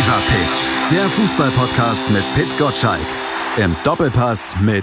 Fever Pitch, der Fußball-Podcast mit Pit Gottschalk. Im Doppelpass mit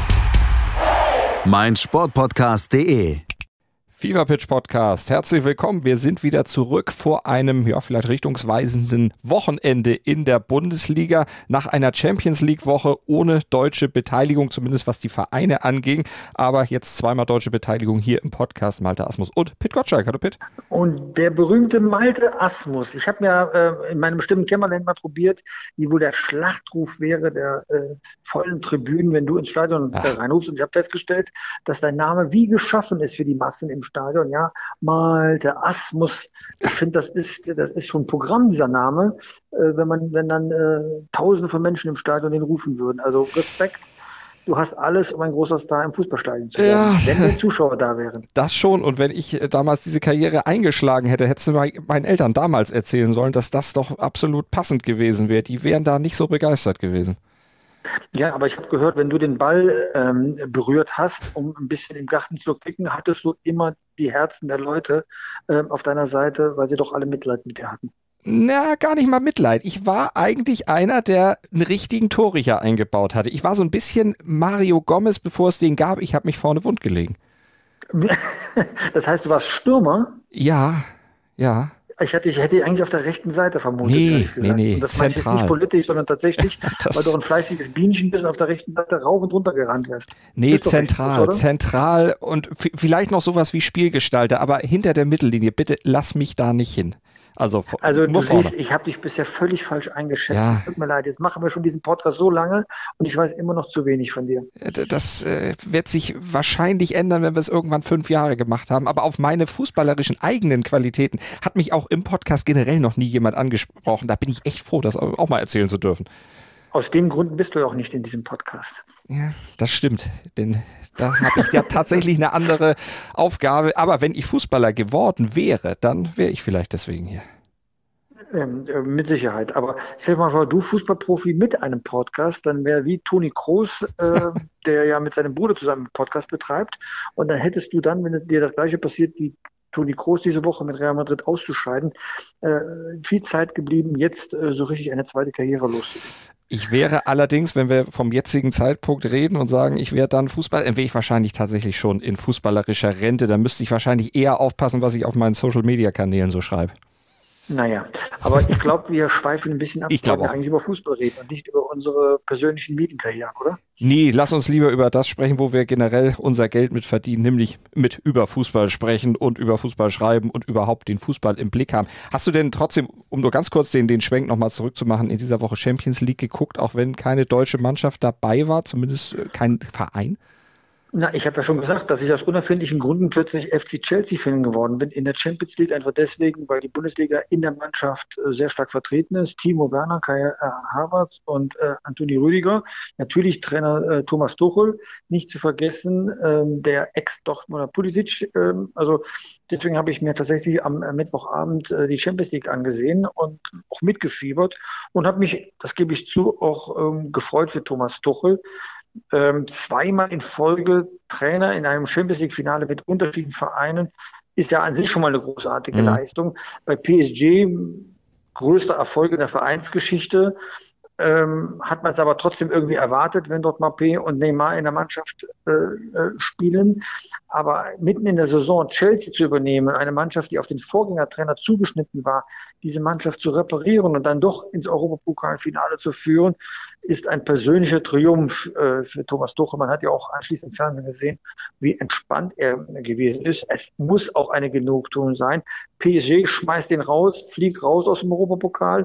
meinsportpodcast.de. Fever Pitch Podcast, herzlich willkommen. Wir sind wieder zurück vor einem, vielleicht richtungsweisenden Wochenende in der Bundesliga. Nach einer Champions League Woche ohne deutsche Beteiligung, zumindest was die Vereine anging. Aber jetzt zweimal deutsche Beteiligung hier im Podcast. Malte Asmus und Pit Gottschalk. Hallo Pit. Und der berühmte Malte Asmus. Ich habe ja in meinem bestimmten Kämmerlein mal probiert, wie wohl der Schlachtruf wäre der vollen Tribünen, wenn du ins Stadion reinrufst. Und ich habe festgestellt, dass dein Name wie geschaffen ist für die Massen im Stadion, ja, Malte Asmus. Ich finde, das ist schon Programm, dieser Name, wenn dann Tausende von Menschen im Stadion den rufen würden. Also Respekt. Du hast alles, um ein großer Star im Fußballstadion zu werden, wenn die Zuschauer da wären. Das schon. Und wenn ich damals diese Karriere eingeschlagen hätte, hättest du meinen Eltern damals erzählen sollen, dass das doch absolut passend gewesen wäre. Die wären da nicht so begeistert gewesen. Ja, aber ich habe gehört, wenn du den Ball berührt hast, um ein bisschen im Garten zu kicken, hattest du immer die Herzen der Leute auf deiner Seite, weil sie doch alle Mitleid mit dir hatten. Na, gar nicht mal Mitleid. Ich war eigentlich einer, der einen richtigen Torriecher eingebaut hatte. Ich war so ein bisschen Mario Gomez, bevor es den gab. Ich habe mich vorne wund gelegen. Das heißt, du warst Stürmer? Ja. Ich hätte dich eigentlich auf der rechten Seite vermutet. Nee, und das meine ich jetzt nicht politisch, sondern tatsächlich, weil du ein fleißiges Bienchen bist und auf der rechten Seite rauf und runter gerannt wärst. Nee, zentral und vielleicht noch sowas wie Spielgestalter, aber hinter der Mittellinie, bitte lass mich da nicht hin. Also du siehst, ich habe dich bisher völlig falsch eingeschätzt. Ja. Tut mir leid, jetzt machen wir schon diesen Podcast so lange und ich weiß immer noch zu wenig von dir. Das wird sich wahrscheinlich ändern, wenn wir es irgendwann 5 Jahre gemacht haben. Aber auf meine fußballerischen eigenen Qualitäten hat mich auch im Podcast generell noch nie jemand angesprochen. Da bin ich echt froh, das auch mal erzählen zu dürfen. Aus dem Grund bist du ja auch nicht in diesem Podcast. Ja, das stimmt, denn da habe ich ja tatsächlich eine andere Aufgabe. Aber wenn ich Fußballer geworden wäre, dann wäre ich vielleicht deswegen hier. Mit Sicherheit. Aber stell dir mal vor, du Fußballprofi mit einem Podcast, dann wäre wie Toni Kroos, der ja mit seinem Bruder zusammen einen Podcast betreibt. Und dann hättest du dann, wenn dir das Gleiche passiert wie Toni Kroos diese Woche mit Real Madrid auszuscheiden, viel Zeit geblieben, jetzt so richtig eine zweite Karriere loszulegen. Ich wäre allerdings, wenn wir vom jetzigen Zeitpunkt reden und sagen, ich wäre dann Fußballer, dann wäre ich wahrscheinlich tatsächlich schon in fußballerischer Rente. Da müsste ich wahrscheinlich eher aufpassen, was ich auf meinen Social-Media-Kanälen so schreibe. Naja, aber ich glaube, wir schweifen ein bisschen ab, weil wir eigentlich über Fußball reden und nicht über unsere persönlichen Mietenkarrieren, oder? Nee, lass uns lieber über das sprechen, wo wir generell unser Geld mit verdienen, nämlich mit über Fußball sprechen und über Fußball schreiben und überhaupt den Fußball im Blick haben. Hast du denn trotzdem, um nur ganz kurz den Schwenk nochmal zurückzumachen, in dieser Woche Champions League geguckt, auch wenn keine deutsche Mannschaft dabei war, zumindest kein Verein? Na, ich habe ja schon gesagt, dass ich aus unerfindlichen Gründen plötzlich FC Chelsea-Fan geworden bin in der Champions League, einfach deswegen, weil die Bundesliga in der Mannschaft sehr stark vertreten ist. Timo Werner, Kai Havertz und Anthony Rüdiger. Natürlich Trainer Thomas Tuchel, nicht zu vergessen, der Ex-Dortmunder Pulisic. Also deswegen habe ich mir tatsächlich am Mittwochabend die Champions League angesehen und auch mitgefiebert und habe mich, das gebe ich zu, auch gefreut für Thomas Tuchel. Zweimal in Folge Trainer in einem Champions League-Finale mit unterschiedlichen Vereinen ist ja an sich schon mal eine großartige Leistung. Bei PSG größter Erfolg in der Vereinsgeschichte, hat man es aber trotzdem irgendwie erwartet, wenn dort Mbappé und Neymar in der Mannschaft spielen. Aber mitten in der Saison Chelsea zu übernehmen, eine Mannschaft, die auf den Vorgängertrainer zugeschnitten war, diese Mannschaft zu reparieren und dann doch ins Europapokalfinale zu führen, ist ein persönlicher Triumph für Thomas Tuchel. Man hat ja auch anschließend im Fernsehen gesehen, wie entspannt er gewesen ist. Es muss auch eine Genugtuung sein. PSG schmeißt den raus, fliegt raus aus dem Europapokal.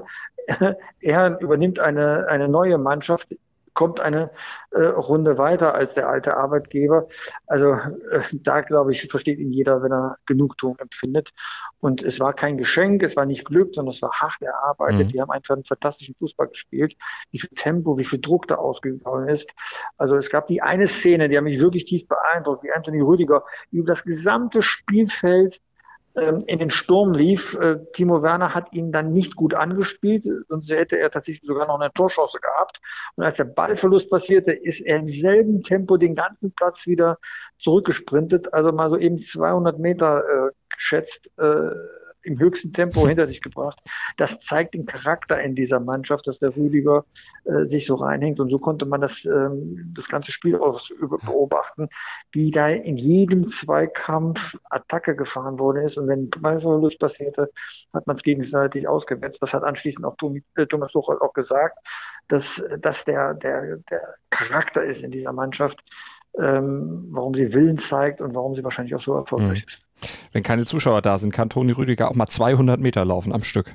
Er übernimmt eine neue Mannschaft, kommt eine Runde weiter als der alte Arbeitgeber. Also da, glaube ich, versteht ihn jeder, wenn er Genugtuung empfindet. Und es war kein Geschenk, es war nicht Glück, sondern es war hart erarbeitet. Die haben einfach einen fantastischen Fußball gespielt. Wie viel Tempo, wie viel Druck da ausgegangen ist. Also es gab die eine Szene, die hat mich wirklich tief beeindruckt, wie Anthony Rüdiger über das gesamte Spielfeld in den Sturm lief. Timo Werner hat ihn dann nicht gut angespielt, sonst hätte er tatsächlich sogar noch eine Torchance gehabt. Und als der Ballverlust passierte, ist er im selben Tempo den ganzen Platz wieder zurückgesprintet, also mal so eben 200 Meter geschätzt im höchsten Tempo hinter sich gebracht. Das zeigt den Charakter in dieser Mannschaft, dass der Rüdiger sich so reinhängt. Und so konnte man das ganze Spiel auch beobachten, wie da in jedem Zweikampf Attacke gefahren worden ist. Und wenn Ballverlust passierte, hat man es gegenseitig ausgewetzt. Das hat anschließend auch Thomas Tuchel auch gesagt, dass der Charakter ist in dieser Mannschaft, warum sie Willen zeigt und warum sie wahrscheinlich auch so erfolgreich ist. Wenn keine Zuschauer da sind, kann Toni Rüdiger auch mal 200 Meter laufen am Stück.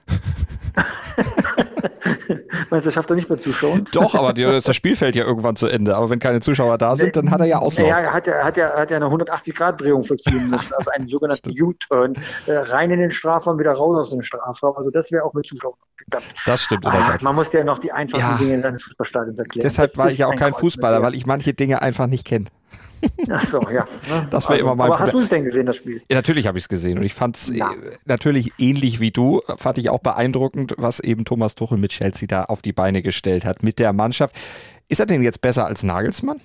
Meinst du, schafft er nicht mehr Zuschauen? Doch, aber das Spielfeld ja irgendwann zu Ende. Aber wenn keine Zuschauer da sind, dann hat er ja Auslauf. Ja, er hat ja eine 180-Grad-Drehung vollziehen müssen, also einen sogenannten U-Turn. Rein in den Strafraum, wieder raus aus dem Strafraum. Also das wäre auch mit Zuschauern geklappt. Das stimmt in der Tat. Man muss ja noch die einfachen Dinge seines Fußballstadions erklären. Deshalb war ich ja auch kein Fußballer, weil ich manche Dinge einfach nicht kenne. Ach so, ja. Das war immer mein aber Problem. hast du es denn gesehen, das Spiel? Ja, natürlich habe ich es gesehen und ich fand es natürlich ähnlich wie du, fand ich auch beeindruckend, was eben Thomas Tuchel mit Chelsea da auf die Beine gestellt hat mit der Mannschaft. Ist er denn jetzt besser als Nagelsmann?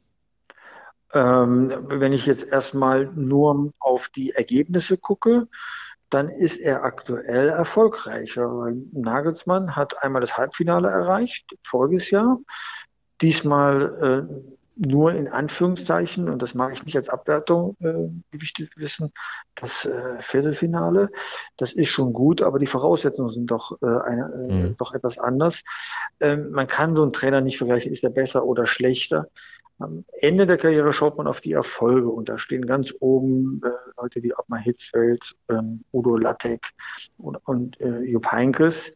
Wenn ich jetzt erstmal nur auf die Ergebnisse gucke, dann ist er aktuell erfolgreicher. Nagelsmann hat einmal das Halbfinale erreicht, voriges Jahr. Diesmal nur in Anführungszeichen, und das mag ich nicht als Abwertung wichtig wissen, das Viertelfinale. Das ist schon gut, aber die Voraussetzungen sind doch etwas anders. Man kann so einen Trainer nicht vergleichen, ist er besser oder schlechter. Am Ende der Karriere schaut man auf die Erfolge und da stehen ganz oben Leute wie Ottmar Hitzfeld, Udo Lattek und Jupp Heynckes.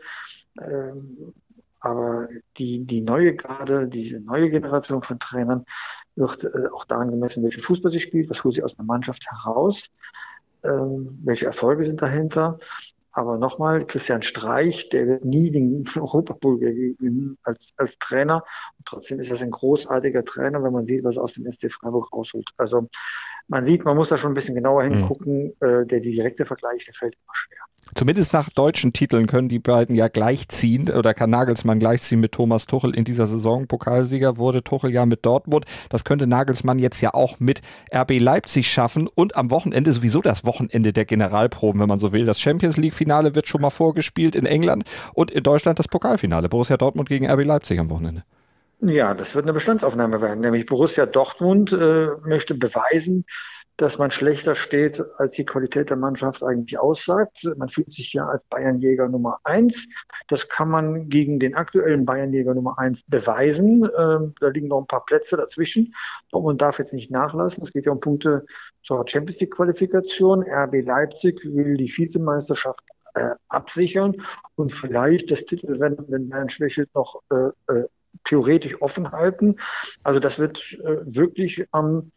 Aber die neue Garde, diese neue Generation von Trainern wird auch daran gemessen, welchen Fußball sie spielt, was holt sie aus einer Mannschaft heraus, welche Erfolge sind dahinter. Aber nochmal, Christian Streich, der wird nie den Europapokal gewinnen als Trainer. Und trotzdem ist das ein großartiger Trainer, wenn man sieht, was er aus dem SC Freiburg rausholt. Also man sieht, man muss da schon ein bisschen genauer hingucken. Der direkte Vergleich, der fällt immer schwer. Zumindest nach deutschen Titeln können die beiden ja gleichziehen oder kann Nagelsmann gleichziehen mit Thomas Tuchel in dieser Saison. Pokalsieger wurde Tuchel ja mit Dortmund. Das könnte Nagelsmann jetzt ja auch mit RB Leipzig schaffen und am Wochenende sowieso das Wochenende der Generalproben, wenn man so will. Das Champions-League-Finale wird schon mal vorgespielt in England und in Deutschland das Pokalfinale. Borussia Dortmund gegen RB Leipzig am Wochenende. Ja, das wird eine Bestandsaufnahme werden. Nämlich Borussia Dortmund möchte beweisen, dass man schlechter steht, als die Qualität der Mannschaft eigentlich aussagt. Man fühlt sich ja als Bayernjäger Nummer 1. Das kann man gegen den aktuellen Bayernjäger Nummer 1 beweisen. Da liegen noch ein paar Plätze dazwischen. Man darf jetzt nicht nachlassen. Es geht ja um Punkte zur Champions League Qualifikation. RB Leipzig will die Vizemeisterschaft absichern und vielleicht das Titelrennen, wenn Bayern schwächelt, noch theoretisch offen halten. Also das wird wirklich am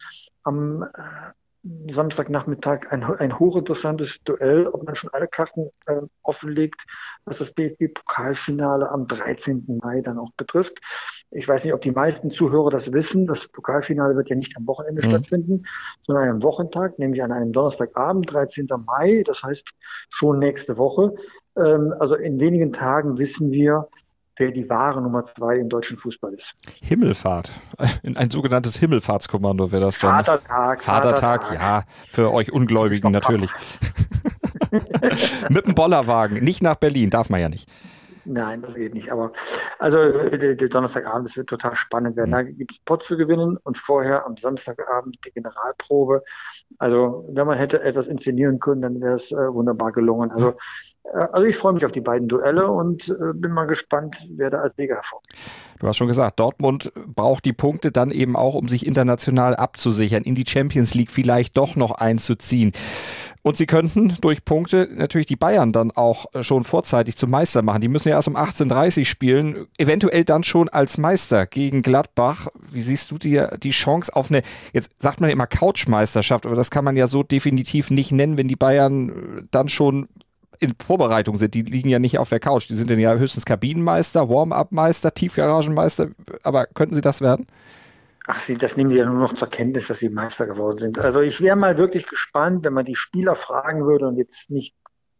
Samstagnachmittag ein hochinteressantes Duell, ob man schon alle Karten offenlegt, was das DFB-Pokalfinale am 13. Mai dann auch betrifft. Ich weiß nicht, ob die meisten Zuhörer das wissen. Das Pokalfinale wird ja nicht am Wochenende stattfinden, sondern am Wochentag, nämlich an einem Donnerstagabend, 13. Mai, das heißt schon nächste Woche. Also in wenigen Tagen wissen wir, wer die wahre Nummer 2 im deutschen Fußball ist. Himmelfahrt. Ein sogenanntes Himmelfahrtskommando wäre das dann. Vatertag, ja, für euch Ungläubigen natürlich. Mit dem Bollerwagen, nicht nach Berlin, darf man ja nicht. Nein, das geht nicht. Aber also der Donnerstagabend, das wird total spannend werden. Da gibt es Pot zu gewinnen und vorher am Samstagabend die Generalprobe. Also wenn man hätte etwas inszenieren können, dann wäre es wunderbar gelungen. Also ich freue mich auf die beiden Duelle und bin mal gespannt, wer da als Sieger hervorgeht. Du hast schon gesagt, Dortmund braucht die Punkte dann eben auch, um sich international abzusichern, in die Champions League vielleicht doch noch einzuziehen. Und sie könnten durch Punkte natürlich die Bayern dann auch schon vorzeitig zum Meister machen. Die müssen ja erst um 18:30 spielen, eventuell dann schon als Meister gegen Gladbach. Wie siehst du dir die Chance auf eine, jetzt sagt man ja immer Couchmeisterschaft, aber das kann man ja so definitiv nicht nennen, wenn die Bayern dann schon in Vorbereitung sind. Die liegen ja nicht auf der Couch. Die sind dann ja höchstens Kabinenmeister, Warm-up-Meister, Tiefgaragenmeister. Aber könnten sie das werden? Ach, das nehmen die ja nur noch zur Kenntnis, dass sie Meister geworden sind. Also ich wäre mal wirklich gespannt, wenn man die Spieler fragen würde und jetzt nicht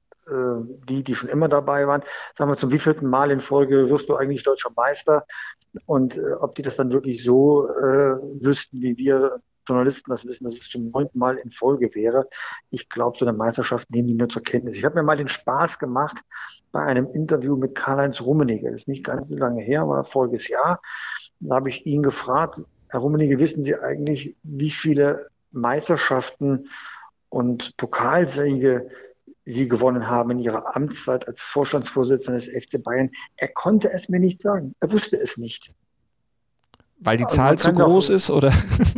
die schon immer dabei waren, sagen wir, zum wievielten Mal in Folge wirst du eigentlich deutscher Meister und ob die das dann wirklich so wüssten, wie wir Journalisten das wissen, dass es zum 9. Mal in Folge wäre. Ich glaube, so eine Meisterschaft nehmen die nur zur Kenntnis. Ich habe mir mal den Spaß gemacht bei einem Interview mit Karl-Heinz Rummenigge. Das ist nicht ganz so lange her, war voriges Jahr. Da habe ich ihn gefragt, Herr Rummenigge, wissen Sie eigentlich, wie viele Meisterschaften und Pokalsiege Sie gewonnen haben in Ihrer Amtszeit als Vorstandsvorsitzender des FC Bayern? Er konnte es mir nicht sagen. Er wusste es nicht. Weil die Zahl zu groß ist, oder?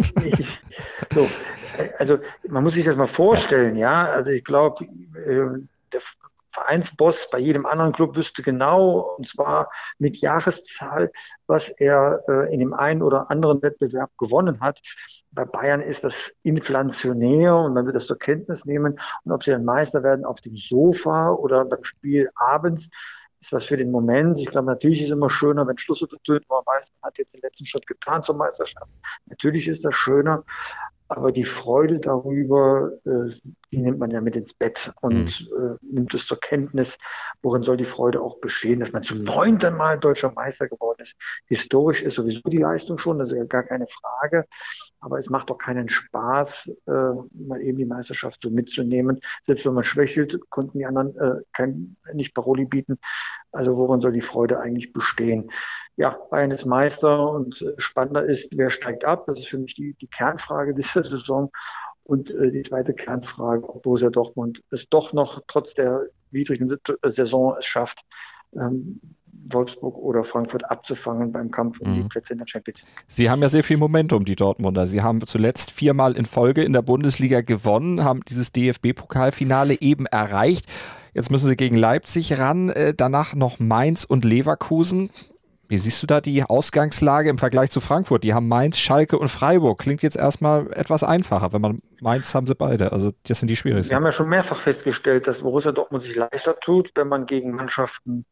So, also man muss sich das mal vorstellen, ja. Also ich glaube, der Vereinsboss bei jedem anderen Club wüsste genau, und zwar mit Jahreszahl, was er in dem einen oder anderen Wettbewerb gewonnen hat. Bei Bayern ist das inflationär und man wird das zur Kenntnis nehmen. Und ob sie dann Meister werden auf dem Sofa oder beim Spiel abends, ist was für den Moment. Ich glaube, natürlich ist es immer schöner, wenn Schluss tönt, man weiß, man hat jetzt den letzten Schritt getan zur Meisterschaft. Natürlich ist das schöner, aber die Freude darüber, die nimmt man ja mit ins Bett und nimmt es zur Kenntnis. Worin soll die Freude auch bestehen, dass man zum 9. Mal deutscher Meister geworden ist? Historisch ist sowieso die Leistung schon, das ist ja gar keine Frage. Aber es macht doch keinen Spaß, mal eben die Meisterschaft so mitzunehmen. Selbst wenn man schwächelt, konnten die anderen nicht Paroli bieten. Also worin soll die Freude eigentlich bestehen? Ja, Bayern ist Meister und spannender ist, wer steigt ab? Das ist für mich die Kernfrage dieser Saison. Und die zweite Kernfrage, ob Borussia Dortmund es doch noch trotz der widrigen Saison es schafft, Wolfsburg oder Frankfurt abzufangen beim Kampf um die Plätze in der Champions League. Sie haben ja sehr viel Momentum, die Dortmunder. Sie haben zuletzt 4-mal in Folge in der Bundesliga gewonnen, haben dieses DFB-Pokalfinale eben erreicht. Jetzt müssen sie gegen Leipzig ran, danach noch Mainz und Leverkusen. Wie siehst du da die Ausgangslage im Vergleich zu Frankfurt? Die haben Mainz, Schalke und Freiburg. Klingt jetzt erstmal etwas einfacher. Wenn man Mainz haben sie beide. Also das sind die schwierigsten. Wir haben ja schon mehrfach festgestellt, dass Borussia Dortmund sich leichter tut, wenn man gegen Mannschaften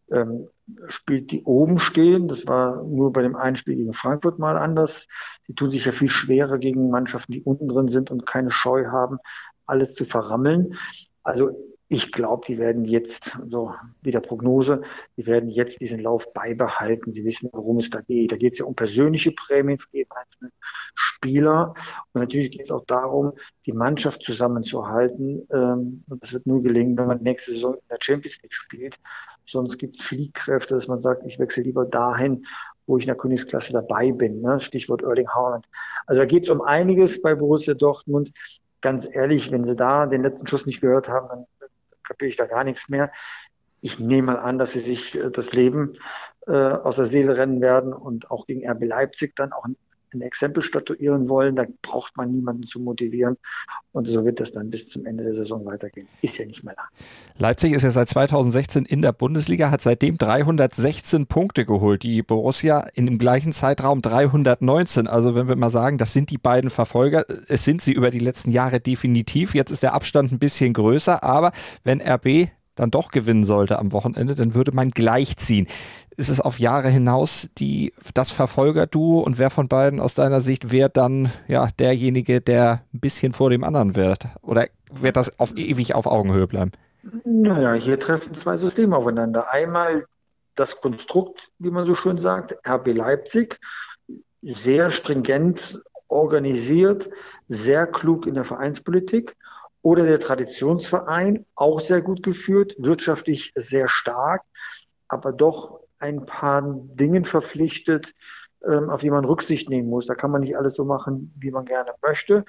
spielt, die oben stehen. Das war nur bei dem einen Spiel gegen Frankfurt mal anders. Die tun sich ja viel schwerer gegen Mannschaften, die unten drin sind und keine Scheu haben, alles zu verrammeln. Also ich glaube, die werden jetzt, so wie der Prognose, die werden jetzt diesen Lauf beibehalten. Sie wissen, worum es da geht. Da geht es ja um persönliche Prämien für jeden einzelnen Spieler. Und natürlich geht es auch darum, die Mannschaft zusammenzuhalten. Und das wird nur gelingen, wenn man nächste Saison in der Champions League spielt. Sonst gibt es Fliehkräfte, dass man sagt, ich wechsle lieber dahin, wo ich in der Königsklasse dabei bin. Ne? Stichwort Erling Haaland. Also da geht es um einiges bei Borussia Dortmund. Ganz ehrlich, wenn sie da den letzten Schuss nicht gehört haben, dann kapiere ich da gar nichts mehr. Ich nehme mal an, dass sie sich das Leben aus der Seele rennen werden und auch gegen RB Leipzig dann auch ein Exempel statuieren wollen. Da braucht man niemanden zu motivieren. Und so wird das dann bis zum Ende der Saison weitergehen. Ist ja nicht mehr lang. Leipzig ist ja seit 2016 in der Bundesliga, hat seitdem 316 Punkte geholt. Die Borussia in dem gleichen Zeitraum 319. Also wenn wir mal sagen, das sind die beiden Verfolger. Es sind sie über die letzten Jahre definitiv. Jetzt ist der Abstand ein bisschen größer. Aber wenn RB dann doch gewinnen sollte am Wochenende, dann würde man gleichziehen. Ist es auf Jahre hinaus das Verfolgerduo und wer von beiden aus deiner Sicht wäre dann ja derjenige, der ein bisschen vor dem anderen wird? Oder wird das ewig auf Augenhöhe bleiben? Naja, hier treffen zwei Systeme aufeinander. Einmal das Konstrukt, wie man so schön sagt, RB Leipzig, sehr stringent organisiert, sehr klug in der Vereinspolitik. Oder der Traditionsverein, auch sehr gut geführt, wirtschaftlich sehr stark, aber doch ein paar Dingen verpflichtet, auf die man Rücksicht nehmen muss. Da kann man nicht alles so machen, wie man gerne möchte.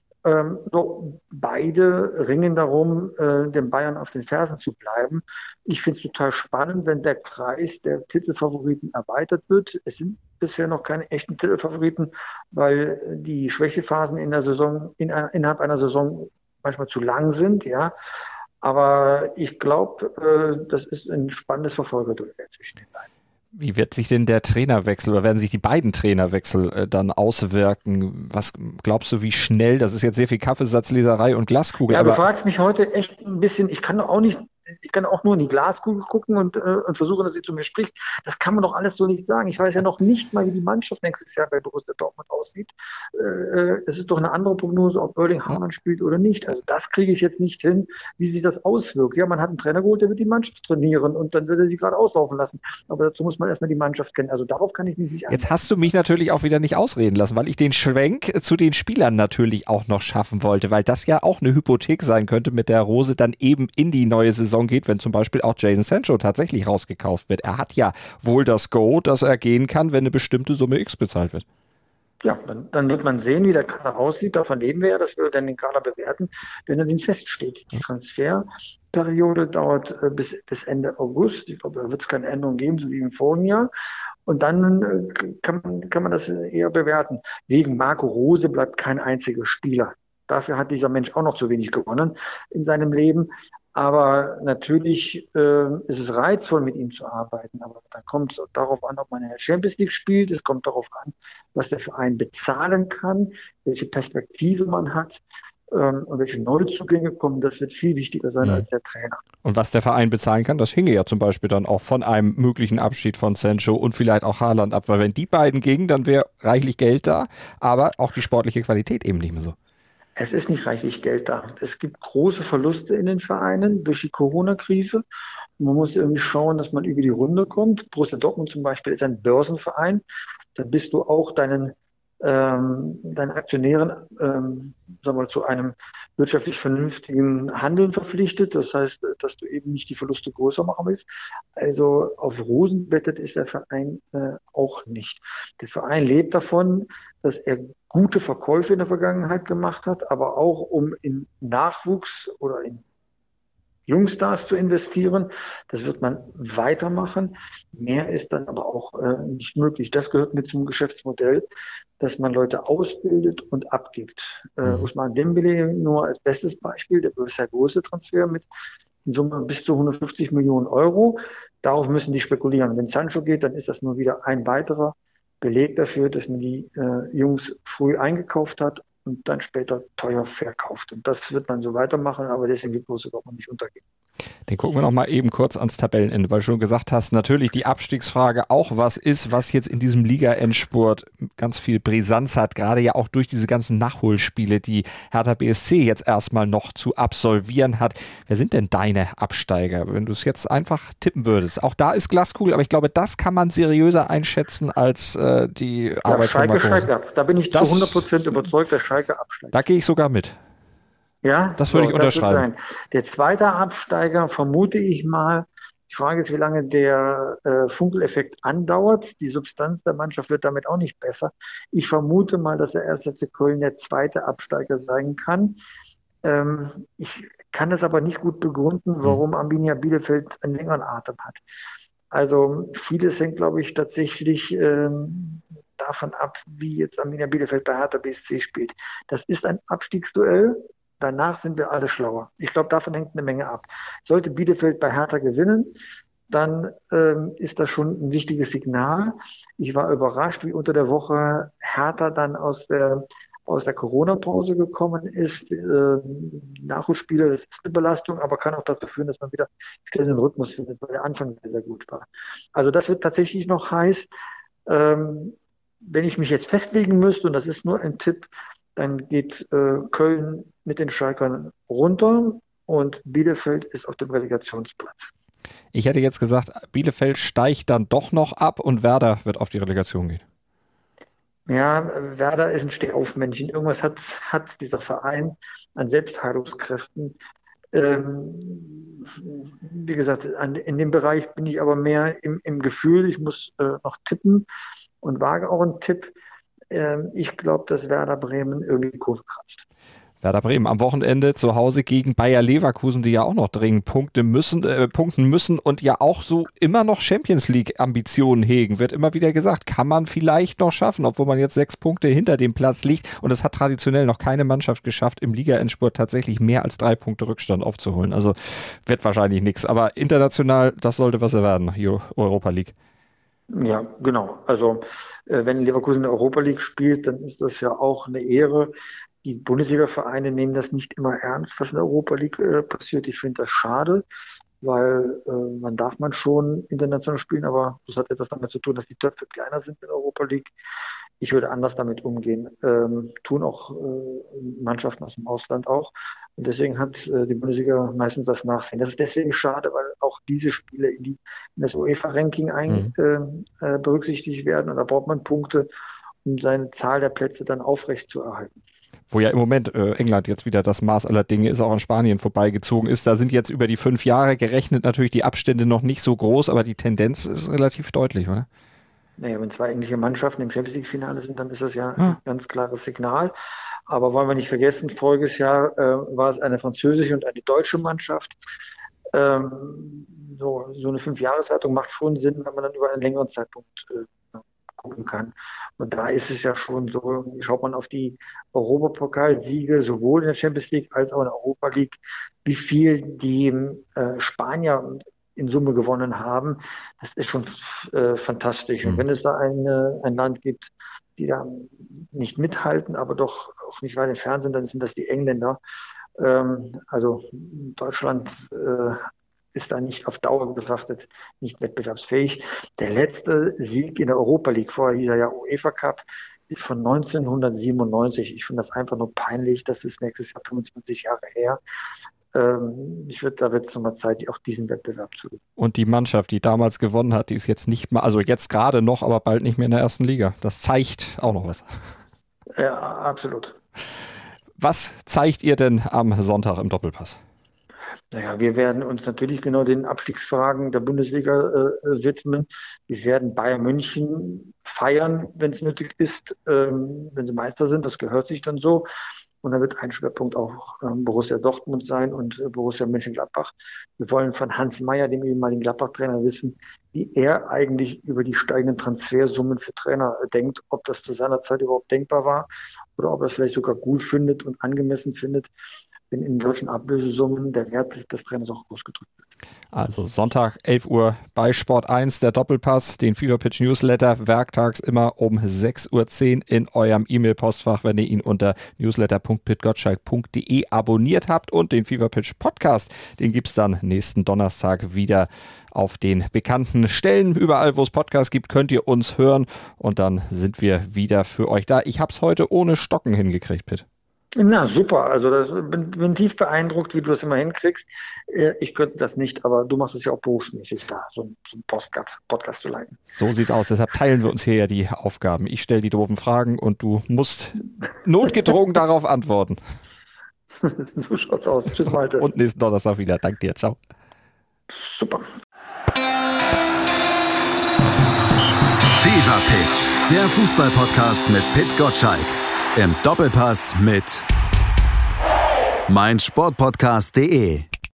Beide ringen darum, den Bayern auf den Fersen zu bleiben. Ich finde es total spannend, wenn der Kreis der Titelfavoriten erweitert wird. Es sind bisher noch keine echten Titelfavoriten, weil die Schwächephasen in der Saison, innerhalb einer Saison manchmal zu lang sind, ja. Aber ich glaube, das ist ein spannendes Verfolgerduell zwischen den beiden. Wie wird sich denn der Trainerwechsel oder werden sich die beiden Trainerwechsel dann auswirken? Was glaubst du, wie schnell? Das ist jetzt sehr viel Kaffeesatzleserei und Glaskugel. Ja, aber du fragst mich heute echt ein bisschen, ich kann doch auch nicht ich kann auch nur in die Glaskugel gucken und versuchen, dass sie zu mir spricht. Das kann man doch alles so nicht sagen. Ich weiß ja noch nicht mal, wie die Mannschaft nächstes Jahr bei Borussia Dortmund aussieht. Es ist doch eine andere Prognose, ob Erling Haaland spielt oder nicht. Also das kriege ich jetzt nicht hin, wie sich das auswirkt. Ja, man hat einen Trainer geholt, der wird die Mannschaft trainieren und dann wird er sie gerade auslaufen lassen. Aber dazu muss man erstmal die Mannschaft kennen. Also darauf kann ich mich nicht Jetzt hast du mich natürlich auch wieder nicht ausreden lassen, weil ich den Schwenk zu den Spielern natürlich auch noch schaffen wollte, weil das ja auch eine Hypothek sein könnte, mit der Rose dann eben in die neue Saison geht, wenn zum Beispiel auch Jadon Sancho tatsächlich rausgekauft wird. Er hat ja wohl das Go, dass er gehen kann, wenn eine bestimmte Summe X bezahlt wird. Ja, dann wird man sehen, wie der Kader aussieht. Davon leben wir ja, dass wir dann den Kader bewerten, wenn er denn feststeht. Die Transferperiode dauert bis Ende August. Ich glaube, da wird es keine Änderung geben, so wie im vorigen Jahr. Und dann kann man das eher bewerten. Wegen Marco Rose bleibt kein einziger Spieler. Dafür hat dieser Mensch auch noch zu wenig gewonnen in seinem Leben. Aber natürlich ist es reizvoll, mit ihm zu arbeiten. Aber dann kommt es darauf an, ob man in der Champions League spielt. Es kommt darauf an, was der Verein bezahlen kann, welche Perspektive man hat und welche Neuzugänge kommen. Das wird viel wichtiger sein als der Trainer. Und was der Verein bezahlen kann, das hinge ja zum Beispiel dann auch von einem möglichen Abschied von Sancho und vielleicht auch Haaland ab. Weil wenn die beiden gingen, dann wäre reichlich Geld da, aber auch die sportliche Qualität eben nicht mehr so. Es ist nicht reichlich Geld da. Es gibt große Verluste in den Vereinen durch die Corona-Krise. Man muss irgendwie schauen, dass man über die Runde kommt. Borussia Dortmund zum Beispiel ist ein Börsenverein. Da bist du auch deinen Aktionären sagen wir mal, zu einem wirtschaftlich vernünftigen Handeln verpflichtet. Das heißt, dass du eben nicht die Verluste größer machen willst. Also auf Rosen bettet ist der Verein auch nicht. Der Verein lebt davon, dass er gute Verkäufe in der Vergangenheit gemacht hat, aber auch um in Nachwuchs oder in Jungstars zu investieren. Das wird man weitermachen. Mehr ist dann aber auch nicht möglich. Das gehört mit zum Geschäftsmodell, dass man Leute ausbildet und abgibt. Ousmane Dembélé nur als bestes Beispiel, der sehr große Transfer mit in Summe bis zu 150 Millionen Euro. Darauf müssen die spekulieren. Wenn Sancho geht, dann ist das nur wieder ein weiterer Beleg dafür, dass man die Jungs früh eingekauft hat und dann später teuer verkauft. Und das wird man so weitermachen, aber deswegen wird Borussia Dortmund nicht untergehen. Den gucken wir noch mal eben kurz ans Tabellenende, weil du schon gesagt hast, natürlich die Abstiegsfrage auch was ist, was jetzt in diesem Liga-Endspurt ganz viel Brisanz hat, gerade ja auch durch diese ganzen Nachholspiele, die Hertha BSC jetzt erstmal noch zu absolvieren hat. Wer sind denn deine Absteiger, wenn du es jetzt einfach tippen würdest? Auch da ist Glaskugel, aber ich glaube, das kann man seriöser einschätzen als die Arbeit von Marco. Schalke steigt ab. Da bin ich zu 100% überzeugt, dass Schalke absteigt. Da gehe ich sogar mit. Ja, das würde ich unterschreiben. Der zweite Absteiger, vermute ich mal, die Frage ist, wie lange der Funkeleffekt andauert. Die Substanz der Mannschaft wird damit auch nicht besser. Ich vermute mal, dass der 1. FC Köln der zweite Absteiger sein kann. Ich kann das aber nicht gut begründen, warum Arminia Bielefeld einen längeren Atem hat. Also vieles hängt, glaube ich, tatsächlich davon ab, wie jetzt Arminia Bielefeld bei Hertha BSC spielt. Das ist ein Abstiegsduell. Danach sind wir alle schlauer. Ich glaube, davon hängt eine Menge ab. Sollte Bielefeld bei Hertha gewinnen, dann ist das schon ein wichtiges Signal. Ich war überrascht, wie unter der Woche Hertha dann aus der Corona-Pause gekommen ist. Nachholspiele, das ist eine Belastung, aber kann auch dazu führen, dass man wieder schnell den Rhythmus findet, weil der Anfang sehr, sehr gut war. Also das wird tatsächlich noch heiß. Wenn ich mich jetzt festlegen müsste, und das ist nur ein Tipp, dann geht Köln mit den Schalkern runter und Bielefeld ist auf dem Relegationsplatz. Ich hätte jetzt gesagt, Bielefeld steigt dann doch noch ab und Werder wird auf die Relegation gehen. Ja, Werder ist ein Stehaufmännchen. Irgendwas hat dieser Verein an Selbstheilungskräften. Wie gesagt, in dem Bereich bin ich aber mehr im Gefühl. Ich muss noch tippen und wage auch einen Tipp. Ich glaube, dass Werder Bremen irgendwie die Kurve kratzt. Werder Bremen am Wochenende zu Hause gegen Bayer Leverkusen, die ja auch noch dringend punkten müssen und ja auch so immer noch Champions League Ambitionen hegen. Wird immer wieder gesagt, kann man vielleicht noch schaffen, obwohl man jetzt 6 Punkte hinter dem Platz liegt. Und es hat traditionell noch keine Mannschaft geschafft, im Liga-Endspurt tatsächlich mehr als 3 Punkte Rückstand aufzuholen. Also wird wahrscheinlich nichts. Aber international, das sollte was werden, hier Europa League. Ja, genau. Also wenn Leverkusen in der Europa League spielt, dann ist das ja auch eine Ehre. Die Bundesliga-Vereine nehmen das nicht immer ernst, was in der Europa League passiert. Ich finde das schade. weil man darf man schon international spielen, aber das hat etwas damit zu tun, dass die Töpfe kleiner sind in der Europa League. Ich würde anders damit umgehen. Tun auch Mannschaften aus dem Ausland auch. Und deswegen hat die Bundesliga meistens das Nachsehen. Das ist deswegen schade, weil auch diese Spiele in das UEFA-Ranking berücksichtigt werden. Und da braucht man Punkte, um seine Zahl der Plätze dann aufrecht zu erhalten. Wo ja im Moment England jetzt wieder das Maß aller Dinge ist, auch an Spanien vorbeigezogen ist. Da sind jetzt über die 5 Jahre gerechnet natürlich die Abstände noch nicht so groß, aber die Tendenz ist relativ deutlich, oder? Naja, wenn 2 englische Mannschaften im Champions League-Finale sind, dann ist das ja ein ganz klares Signal. Aber wollen wir nicht vergessen, voriges Jahr war es eine französische und eine deutsche Mannschaft. So eine 5-Jahres-Wertung macht schon Sinn, wenn man dann über einen längeren Zeitpunkt gucken kann. Und da ist es ja schon so, schaut man auf die Europapokalsiege sowohl in der Champions League als auch in der Europa League, wie viel die Spanier in Summe gewonnen haben. Das ist schon fantastisch. Und wenn es da ein Land gibt, die da nicht mithalten, aber doch auch nicht weit entfernt sind, dann sind das die Engländer. Also Deutschland ist da nicht auf Dauer betrachtet nicht wettbewerbsfähig. Der letzte Sieg in der Europa League, vorher hieß er ja UEFA Cup, ist von 1997. Ich finde das einfach nur peinlich. Das ist nächstes Jahr 25 Jahre her. Da wird es nochmal Zeit, auch diesen Wettbewerb zu gewinnen. Und die Mannschaft, die damals gewonnen hat, die ist jetzt nicht mal, also jetzt gerade noch, aber bald nicht mehr in der ersten Liga. Das zeigt auch noch was. Ja, absolut. Was zeigt ihr denn am Sonntag im Doppelpass? Naja, wir werden uns natürlich genau den Abstiegsfragen der Bundesliga widmen. Wir werden Bayern München feiern, wenn es nötig ist, wenn sie Meister sind. Das gehört sich dann so. Und da wird ein Schwerpunkt auch Borussia Dortmund sein und Borussia Mönchengladbach. Wir wollen von Hans Meyer, dem ehemaligen Gladbach-Trainer, wissen, wie er eigentlich über die steigenden Transfersummen für Trainer denkt, ob das zu seiner Zeit überhaupt denkbar war oder ob er es vielleicht sogar gut findet und angemessen findet, wenn in solchen Ablösesummen der Wert des Trainers auch ausgedrückt wird. Also Sonntag 11 Uhr bei Sport 1, der Doppelpass, den Fever Pitch Newsletter, werktags immer um 6:10 Uhr in eurem E-Mail-Postfach, wenn ihr ihn unter newsletter.pitgottschalk.de abonniert habt, und den Fever Pitch Podcast, den gibt es dann nächsten Donnerstag wieder auf den bekannten Stellen. Überall, wo es Podcasts gibt, könnt ihr uns hören, und dann sind wir wieder für euch da. Ich habe es heute ohne Stocken hingekriegt, Pitt. Na super, also bin tief beeindruckt, wie du das immer hinkriegst. Ich könnte das nicht, aber du machst es ja auch berufsmäßig da, so einen Podcast zu leiten. So sieht's aus, deshalb teilen wir uns hier ja die Aufgaben. Ich stelle die doofen Fragen und du musst notgedrungen darauf antworten. So schaut's aus. Tschüss, Malte. Und nächsten Donnerstag wieder. Dank dir, ciao. Super. Fever Pitch, der Fußball-Podcast mit Pit Gottschalk. Im Doppelpass mit meinsportpodcast.de.